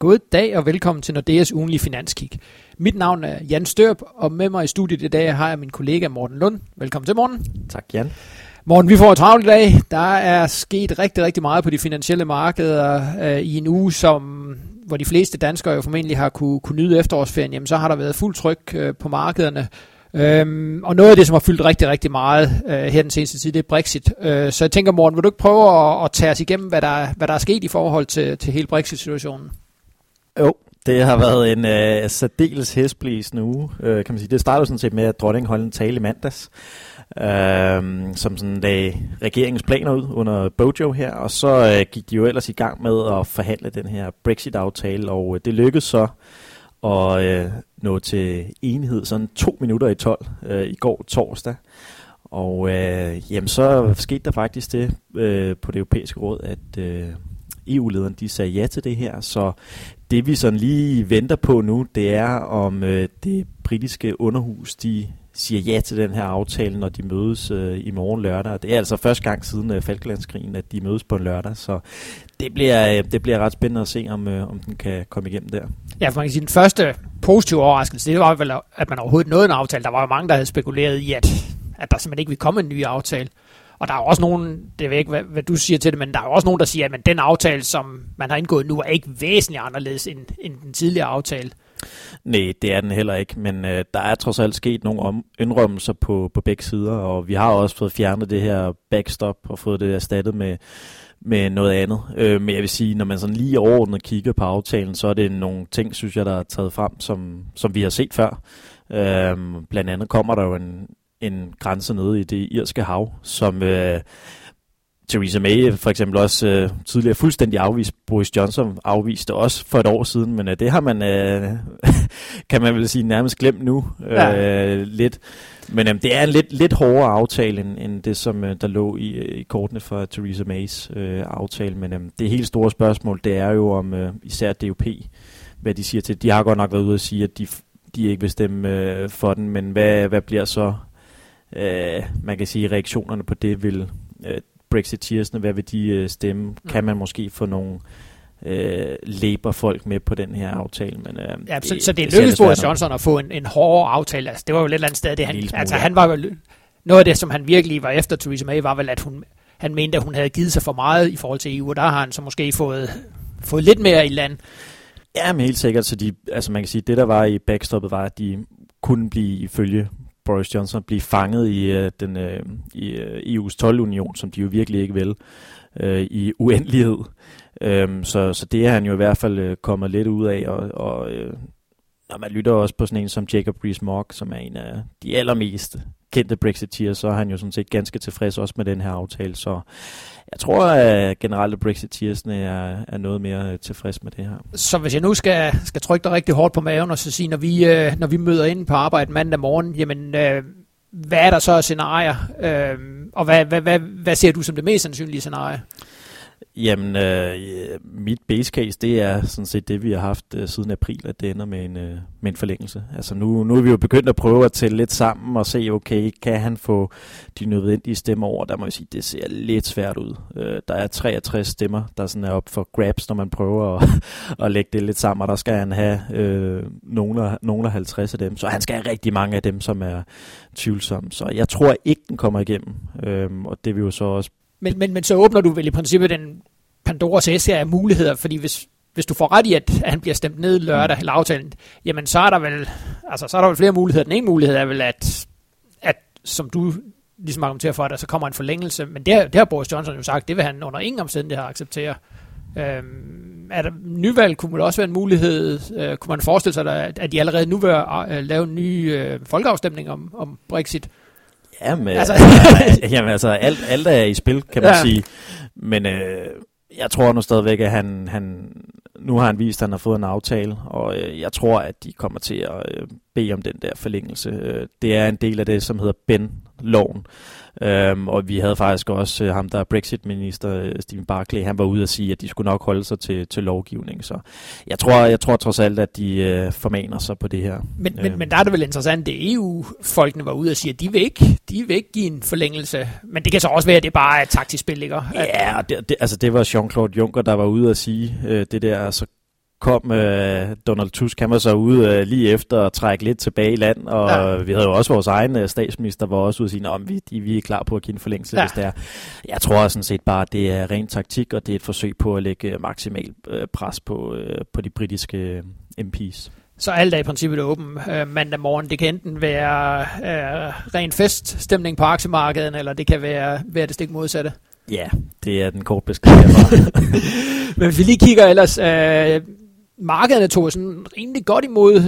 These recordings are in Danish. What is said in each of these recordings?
God dag og velkommen til Nordeas ugenlige finanskig. Mit navn er Jan Størp, og med mig i studiet i dag har jeg min kollega Morten Lund. Velkommen til, Morten. Tak, Jan. Morten, vi får et travlt i dag. Der er sket rigtig, rigtig meget på de finansielle markeder i en uge, hvor de fleste danskere jo formentlig har kunne nyde efterårsferien. Jamen, så har der været fuld tryk på markederne. Og noget af det, som har fyldt rigtig, rigtig meget her den seneste tid, det er Brexit. Så jeg tænker, Morten, vil du ikke prøve at tage os igennem, hvad der er sket i forhold til hele Brexit-situationen? Jo, det har været en særdeles hæsblæsende uge, kan man sige. Det startede sådan set med, at dronningen holdt en tale i mandags, som sådan lagde regeringens planer ud under Bojo her, og så gik de jo ellers i gang med at forhandle den her Brexit-aftale, og det lykkedes så at nå til enighed sådan 2 minutter i 12 i går torsdag. Og jamen så skete der faktisk det på det europæiske råd, at EU-lederne de sagde ja til det her, så det vi sådan lige venter på nu, det er om det britiske underhus, de siger ja til den her aftale, når de mødes i morgen lørdag. Det er altså første gang siden Falklandskrigen, at de mødes på en lørdag, så det bliver ret spændende at se, om den kan komme igennem der. Ja, for man kan sige, den første positive overraskelse, det var vel, at man overhovedet nåede en aftale. Der var jo mange, der havde spekuleret i, at der simpelthen ikke ville komme en ny aftale. Og der er også nogen, det ved ikke, hvad du siger til det, men der er også nogen, der siger, at den aftale, som man har indgået nu, er ikke væsentligt anderledes end den tidligere aftale. Nej, det er den heller ikke, men der er trods alt sket nogle indrømmelser på begge sider, og vi har også fået fjernet det her backstop og fået det erstattet med noget andet. Men jeg vil sige, når man sådan lige overordnet kigger på aftalen, så er det nogle ting, synes jeg, der er taget frem, som vi har set før. Blandt andet kommer der jo en grænse nede i det irske hav, som Theresa May for eksempel også tidligere fuldstændig afvist. Boris Johnson afviste også for et år siden, men det har man, kan man vel sige, nærmest glemt nu lidt. Men det er en lidt hårdere aftale, end det, som der lå i kortene for Theresa Mays aftale. Men det helt store spørgsmål, det er jo om især DUP, hvad de siger til. De har godt nok været ude at sige, at de ikke vil stemme for den, men hvad bliver så, man kan sige, reaktionerne på det vil Brexiteersne, hvad vil de stemme? Kan man måske få nogle Labour-folk med på den her aftale? Men, så det lykkedes Boris Johnson at få en hårdere aftale. Altså, det var jo lidt andet sted. Han var jo noget af det, som han virkelig var efter Theresa May, var vel, at han mente, at hun havde givet sig for meget i forhold til EU, og der har han så måske fået lidt mere i land. Ja, men helt sikkert. Så man kan sige, at det der var i backstoppet var, at de kunne blive ifølge Boris Johnson blive fanget i EU's toldunion, som de jo virkelig ikke vil, i uendelighed. Så det er han jo i hvert fald kommet lidt ud af, og når man lytter også på sådan en som Jacob Rees-Mogg, som er en af de allermest kendte Brexiteers, så er han jo sådan set ganske tilfreds også med den her aftale. Så jeg tror, at generelt Brexiteersne er noget mere tilfreds med det her. Så hvis jeg nu skal trykke dig rigtig hårdt på maven og så sige, når vi møder ind på arbejde mandag morgen, jamen hvad er der så af scenarier? Og hvad ser du som det mest sandsynlige scenarie? Jamen, mit base case, det er sådan set det, vi har haft siden april, at det ender med en forlængelse. Altså nu er vi jo begyndt at prøve at tælle lidt sammen og se, okay, kan han få de nødvendige stemmer over? Der må jeg sige, det ser lidt svært ud. Der er 63 stemmer, der sådan er op for grabs, når man prøver at lægge det lidt sammen, og der skal han have nogle af 50 af dem. Så han skal have rigtig mange af dem, som er tvivlsomme. Så jeg tror ikke, den kommer igennem, og det vil jo så også. Men så åbner du vel i princippet den Pandoras æske af muligheder, fordi hvis du får ret i, at han bliver stemt ned lørdag eller aftalen, jamen så er der vel flere muligheder. Den ene mulighed er vel, at som du ligesom argumenterer for, at der så kommer en forlængelse, men det har Boris Johnson jo sagt, det vil han under ingen omstændighed acceptere. Er der nyvalg, kunne det også være en mulighed? Kunne man forestille sig, at de allerede nu vil lave en ny folkeafstemning om Brexit? Jamen, alt er i spil, kan man sige. Men jeg tror nu stadigvæk, at nu har han vist, at han har fået en aftale, og jeg tror, at de kommer til at bede om den der forlængelse. Det er en del af det, som hedder Ben-loven. Og vi havde faktisk også ham, der er Brexit-minister, Stephen Barclay, han var ude at sige, at de skulle nok holde sig til lovgivning. Så jeg tror trods alt, at de formaner sig på det her. Men der er det vel interessant, at EU-folkene var ude at sige, at de vil ikke give en forlængelse. Men det kan så også være, at det bare er et taktisk spil, ikke? Ja, det var Jean-Claude Juncker, der var ude at sige det der, så kom Donald Tusk, han var så ude lige efter at trække lidt tilbage i land, og vi havde jo også vores egen statsminister, var også ude og sige, at vi er klar på at give en forlængelse, hvis det er. Jeg tror sådan set bare, at det er ren taktik, og det er et forsøg på at lægge maksimal pres på de britiske MP's. Så alt er i princippet åben mandag morgen. Det kan enten være ren feststemning på aktiemarkedet, eller det kan være det stik modsatte. Ja, det er den kort beskrivelse. Men hvis vi lige kigger ellers, markederne tog sådan rimelig godt imod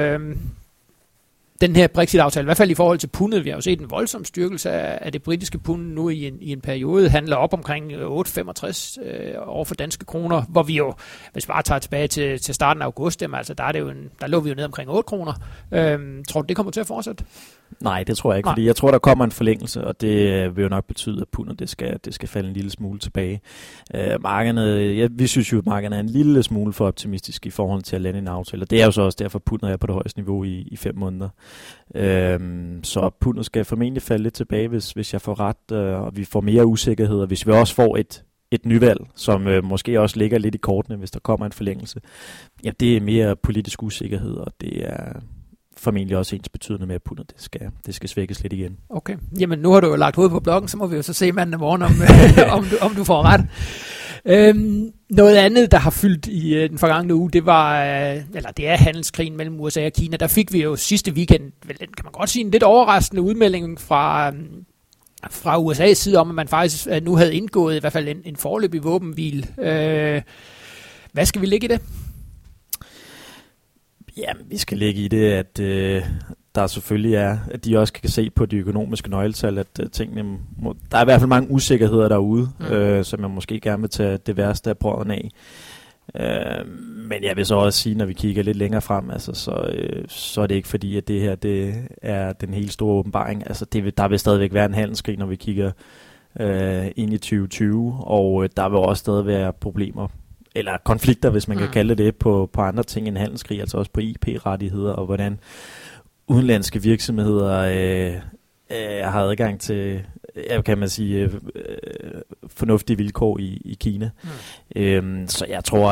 den her Brexit-aftale, i hvert fald i forhold til pundet. Vi har jo set en voldsom styrkelse af det britiske pund nu i en periode, handler op omkring 8,65 over for danske kroner, hvor vi jo, hvis vi bare tager tilbage til starten af august, altså der lå vi jo ned omkring 8 kroner. Tror du, det kommer til at fortsætte? Nej, det tror jeg ikke, fordi jeg tror, der kommer en forlængelse, og det vil jo nok betyde, at pundet det skal falde en lille smule tilbage. Vi synes jo, at markederne er en lille smule for optimistisk i forhold til at lande en aftale, og det er jo så også derfor, pundet er på det højeste niveau i 5 måneder. Så pundet skal formentlig falde lidt tilbage, hvis jeg får ret, og vi får mere usikkerhed, og hvis vi også får et nyvalg, som måske også ligger lidt i kortene, hvis der kommer en forlængelse. Ja, det er mere politisk usikkerhed, og det er formentlig også ens betydende med, at pundet det skal svækkes lidt igen. Okay. Jamen, nu har du jo lagt hovedet på bloggen, så må vi jo så se mandag morgen, om du får ret. Noget andet, der har fyldt i den forgangne uge, det er handelskrigen mellem USA og Kina. Der fik vi jo sidste weekend, kan man godt sige, en lidt overraskende udmelding fra USA's side om, at man faktisk nu havde indgået i hvert fald en foreløbig våbenhvile. Hvad skal vi lægge i det? Ja, vi skal lægge i det, at der selvfølgelig er, at de også kan se på de økonomiske nøgletal, at tingene der er i hvert fald mange usikkerheder derude, som jeg måske gerne vil tage det værste af brødene af. Men jeg vil så også sige, når vi kigger lidt længere frem, altså, så er det ikke fordi, at det her det er den helt store åbenbaring. Altså, der vil stadigvæk være en handelskrig, når vi kigger ind i 2020, og der vil også stadig være problemer, eller konflikter, hvis man kan kalde det, på andre ting end handelskrig, altså også på IP-rettigheder, og hvordan udenlandske virksomheder har adgang til, kan man sige, fornuftige vilkår i Kina. Så jeg tror,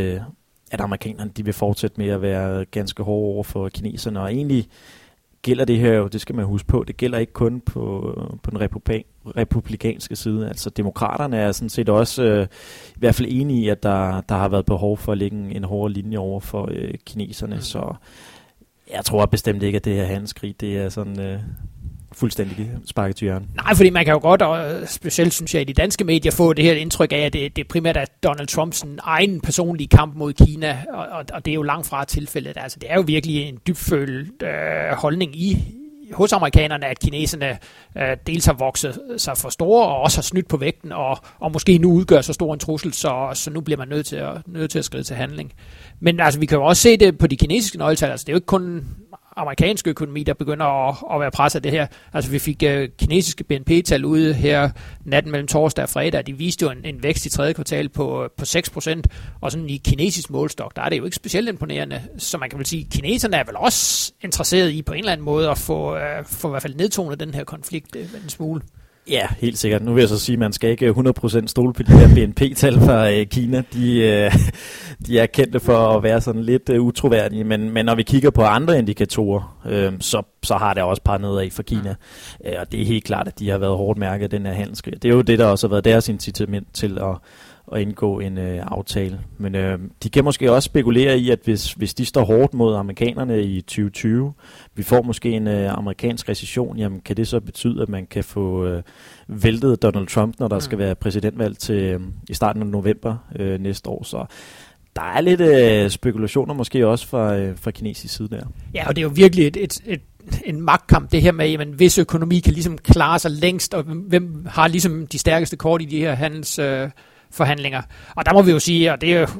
at amerikanerne de vil fortsætte med at være ganske hårde over for kineserne, og egentlig gælder det her jo, det skal man huske på, det gælder ikke kun på den republikanske side. Altså demokraterne er sådan set også i hvert fald enige i, at der har været behov for at lægge en hårdere linje over for kineserne, så jeg tror bestemt ikke, at det her handelskrig, det er sådan fuldstændig sparket til hjørnet. Nej, fordi man kan jo godt, og specielt synes jeg i de danske medier, få det her indtryk af, at det primært er Donald Trumps egen personlige kamp mod Kina, og det er jo langt fra tilfældet. Altså, det er jo virkelig en dybfølt holdning hos amerikanerne, at kineserne dels har vokset sig for store, og også har snydt på vægten, og måske nu udgør så stor en trussel, så nu bliver man nødt til at skride til handling. Men altså, vi kan jo også se det på de kinesiske nøgletal. Altså, det er jo ikke kun amerikansk økonomi, der begynder at være presset af det her. Altså, vi fik kinesiske BNP-tal ude her natten mellem torsdag og fredag. De viste jo en vækst i tredje kvartal på 6%, og sådan i kinesisk målstok, der er det jo ikke specielt imponerende. Så man kan vel sige, at kineserne er vel også interesseret i på en eller anden måde at få i hvert fald nedtonet den her konflikt en smule. Ja, helt sikkert. Nu vil jeg så sige, at man skal ikke 100% stole på de her BNP-tal fra Kina. De er kendte for at være sådan lidt utroværdige, men når vi kigger på andre indikatorer, så har det også par nedad for Kina. Og det er helt klart, at de har været hårdt mærket af den her handelskrig. Det er jo det, der også har været deres incitament til at indgå en aftale. Men de kan måske også spekulere i, at hvis de står hårdt mod amerikanerne i 2020, vi får måske en amerikansk recession, jamen kan det så betyde, at man kan få væltet Donald Trump, når der skal være præsidentvalg til i starten af november næste år. Så der er lidt spekulationer måske også fra kinesisk side der. Ja, og det er jo virkelig en magtkamp, det her med, jamen, hvis økonomi kan ligesom klare sig længst, og hvem har ligesom de stærkeste kort i de her handelsforhandlinger. Og der må vi jo sige, og det er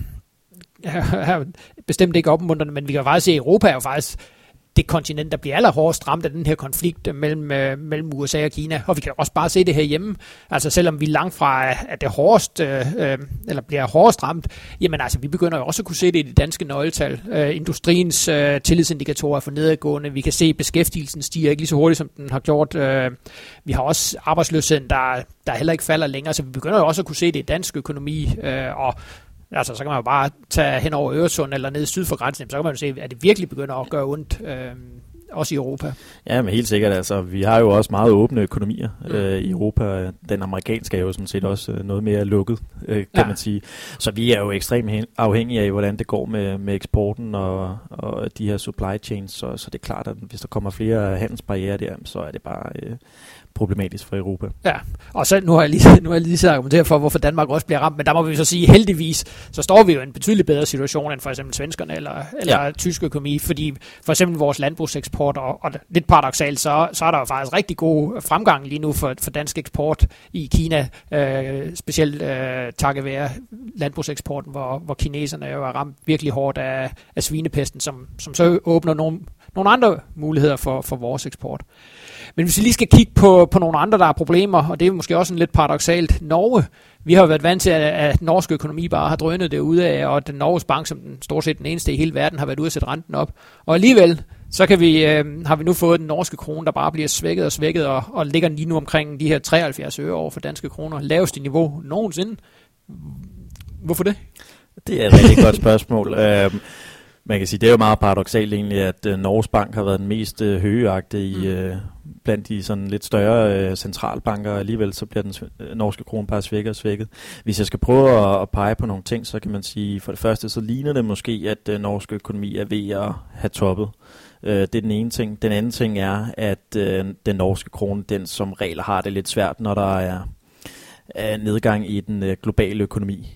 jo bestemt ikke opmuntrende, men vi kan jo faktisk se, at Europa er jo faktisk det kontinent, der bliver allerhårdest ramt af den her konflikt mellem USA og Kina. Og vi kan også bare se det herhjemme. Altså selvom vi langt fra er det hårdest, eller bliver hårdest ramt, jamen altså vi begynder jo også at kunne se det i de danske nøgletal. Industriens tillidsindikatorer er for nedadgående. Vi kan se, at beskæftigelsen stiger ikke lige så hurtigt, som den har gjort. Vi har også arbejdsløsheden, der heller ikke falder længere. Så vi begynder jo også at kunne se det i dansk økonomi, og Altså, så kan man jo bare tage hen over Øresund eller ned syd for grænsen, så kan man jo se, at det virkelig begynder at gøre ondt, også i Europa. Ja, men helt sikkert. Altså, vi har jo også meget åbne økonomier i Europa. Den amerikanske er jo sådan set også noget mere lukket, kan man sige. Så vi er jo ekstremt afhængige af, hvordan det går med eksporten og de her supply chains. Så det er klart, at hvis der kommer flere handelsbarrierer der, så er det bare problematisk for Europa. Ja, og så nu har jeg lige så argumenteret for, hvorfor Danmark også bliver ramt, men der må vi så sige, heldigvis, så står vi jo i en betydeligt bedre situation end for eksempel svenskerne eller tysk økonomi, fordi for eksempel vores landbrugseksport, og lidt paradoksalt, så er der jo faktisk rigtig god fremgang lige nu for dansk eksport i Kina, specielt takket være landbrugseksporten, hvor kineserne jo er ramt virkelig hårdt af svinepesten, som så åbner nogle andre muligheder for vores eksport. Men hvis vi lige skal kigge på nogle andre, der er problemer, og det er måske også en lidt paradoksalt, Norge. Vi har jo været vant til, at norsk økonomi bare har drønet det ud af, og den Norges Bank, som stort set den eneste i hele verden, har været ude at sætte renten op. Og alligevel, så har vi nu fået den norske krone, der bare bliver svækket og svækket, og ligger lige nu omkring de her 73 øre over for danske kroner. Laveste niveau nogensinde. Hvorfor det? Det er et rigtig godt spørgsmål. Man kan sige, det er jo meget paradoksalt egentlig, at Norges Bank har været den mest højagtige blandt de sådan lidt større centralbanker, og alligevel så bliver den norske krone bare svækket og svækket. Hvis jeg skal prøve at pege på nogle ting, så kan man sige, for det første så ligner det måske, at den norske økonomi er ved at have toppet. Det er den ene ting. Den anden ting er, at den norske krone, den som regel har det lidt svært, når der er nedgang i den globale økonomi.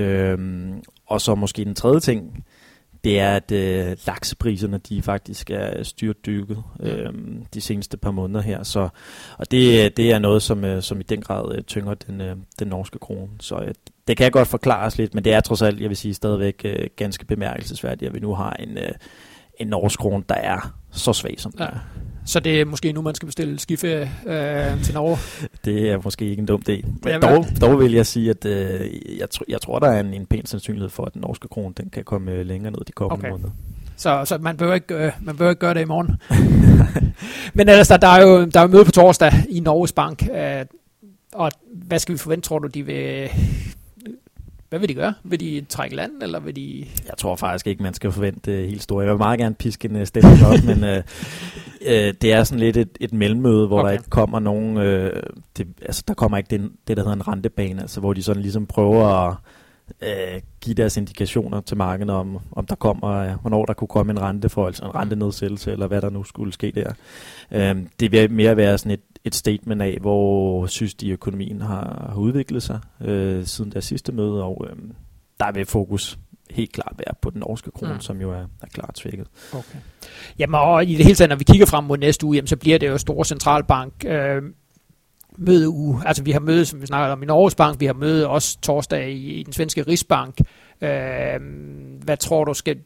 Og så måske den tredje ting, det er, at laksepriserne de faktisk er styrtdykket de seneste par måneder her. Og det er noget, som i den grad tynger den norske krone. Så det kan godt forklares lidt, men det er trods alt, jeg vil sige, stadigvæk ganske bemærkelsesværdigt, at vi nu har en norsk krone, der er så svag som den er. Så det er måske nu, man skal bestille skiferie til Norge? Det er måske ikke en dum idé. Men dog vil jeg sige, at jeg tror, der er en pæn sandsynlighed for, at den norske krone den kan komme længere ned de kommende måneder. Så man behøver ikke gøre det i morgen. Men ellers, der er jo møde på torsdag i Norges Bank. Og hvad skal vi forvente, tror du, de vil... Hvad vil de gøre? Vil de trække land, eller vil de... Jeg tror faktisk ikke, man skal forvente helt store. Jeg vil meget gerne piske en stemning op, men det er sådan lidt et mellemmøde, hvor der ikke kommer nogen... der kommer ikke det, der hedder en rentebane, altså hvor de sådan ligesom prøver at give deres indikationer til markedet om der kommer, hvornår der kunne komme en renteforhold, altså en rentenedsættelse, eller hvad der nu skulle ske der. Det vil mere være sådan et statement af, hvor synes de økonomien har udviklet sig siden deres sidste møde, og der vil fokus helt klart være på den norske krone, som jo er klart svækket. Okay. Jamen, og i det hele taget, når vi kigger frem mod næste uge, jamen, så bliver det jo store centralbank mødeuge. Altså vi har møde, som vi snakker om i Norges Bank, vi har møde også torsdag i den svenske Rigsbank. Hvad tror du skal...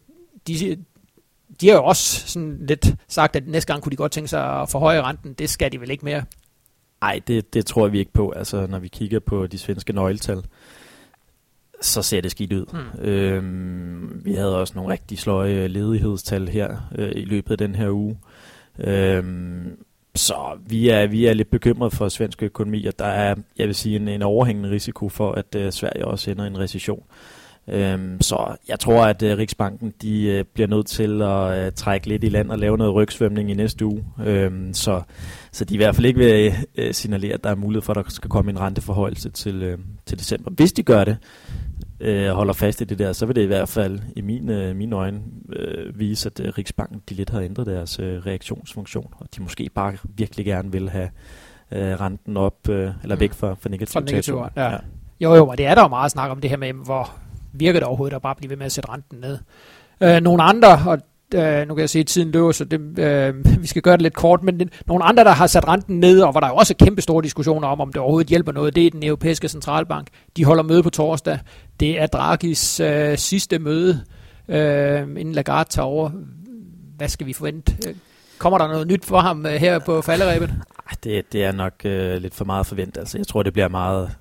De har jo også sådan lidt sagt, at næste gang kunne de godt tænke sig at forhøje renten. Det skal de vel ikke mere? Nej, det tror vi ikke på. Altså når vi kigger på de svenske nøgletal, så ser det skidt ud. Vi havde også nogle rigtig sløje ledighedstal her i løbet af den her uge. Så vi er lidt bekymret for svensk økonomi, og der er, jeg vil sige, en overhængende risiko for, at Sverige også ender i en recession. Så jeg tror, at Riksbanken de bliver nødt til at trække lidt i land og lave noget rygsvømning i næste uge. Så de i hvert fald ikke vil signalere, at der er mulighed for, at der skal komme en renteforhøjelse til december. Hvis de gør det, holder fast i det der, så vil det i hvert fald i mine øjne vise, at Riksbanken de lidt har ændret deres reaktionsfunktion, og de måske bare virkelig gerne vil have renten op eller væk fra negativ. Ja. Jo, og det er der jo meget snak om det her med, hvor virker det overhovedet at bare blive ved med at sætte renten ned. Nogle andre, og nu kan jeg se, at tiden løber, så vi skal gøre det lidt kort, men nogle andre, der har sat renten ned, og hvor der er også kæmpe store diskussioner om det overhovedet hjælper noget, det er den europæiske centralbank. De holder møde på torsdag. Det er Draghis sidste møde, inden Lagarde tager over. Hvad skal vi forvente? Kommer der noget nyt for ham her på falderebet? Det er nok lidt for meget forventet. Altså, jeg tror, det bliver meget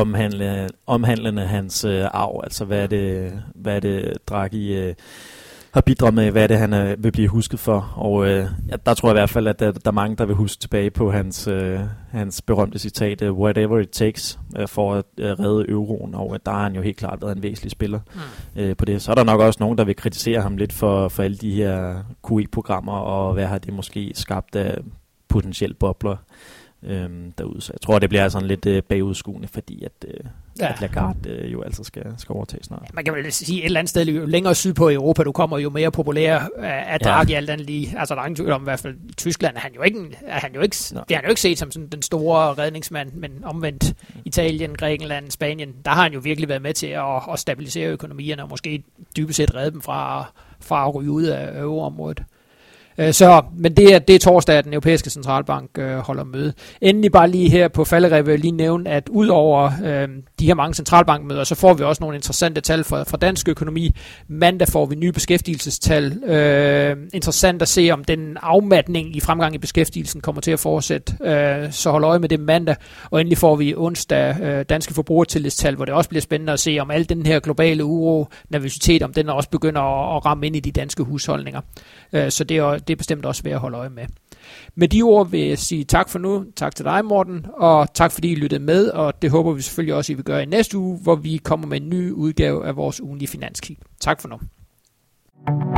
omhandlende hans arv. Altså, hvad er det Draghi har bidraget med, hvad det han vil blive husket for. Og der tror jeg i hvert fald, at der er mange, der vil huske tilbage på hans berømte citat, whatever it takes, for at redde euroen, og der har han jo helt klart været en væsentlig spiller på det. Så er der nok også nogen, der vil kritisere ham lidt for alle de her QE-programmer, og hvad har det måske skabt af potentielle bobler derude. Så jeg tror, det bliver sådan lidt bagudskuende, fordi at Lagarde jo altså skal overtage snart. Man kan vel sige, et eller andet sted, jo længere syd på Europa du kommer, jo mere populær er Draghi alt andet lige. Altså der er ingen tvivl om, i hvert fald i Tyskland er han jo ikke, det har han jo ikke set som sådan den store redningsmand, men omvendt Italien, Grækenland, Spanien, der har han jo virkelig været med til at stabilisere økonomierne, og måske dybest set redde dem fra at ryge ud af euroområdet. Men det er torsdag, at den europæiske centralbank holder møde. Endelig bare lige her på falderevet vil jeg lige nævne, at udover de her mange centralbankmøder, så får vi også nogle interessante tal fra dansk økonomi. Mandag får vi nye beskæftigelsestal. Interessant at se, om den afmatning i fremgang i beskæftigelsen kommer til at fortsætte. Så hold øje med det mandag. Og endelig får vi onsdag danske forbrugertillidstal, hvor det også bliver spændende at se, om al den her globale uro, nervøsitet, om den også begynder at ramme ind i de danske husholdninger. Så det er bestemt også værd at holde øje med. Med de ord vil jeg sige tak for nu. Tak til dig, Morten, og tak fordi I lyttede med, og det håber vi selvfølgelig også, I vil gøre i næste uge, hvor vi kommer med en ny udgave af vores ugenlige finanskig. Tak for nu.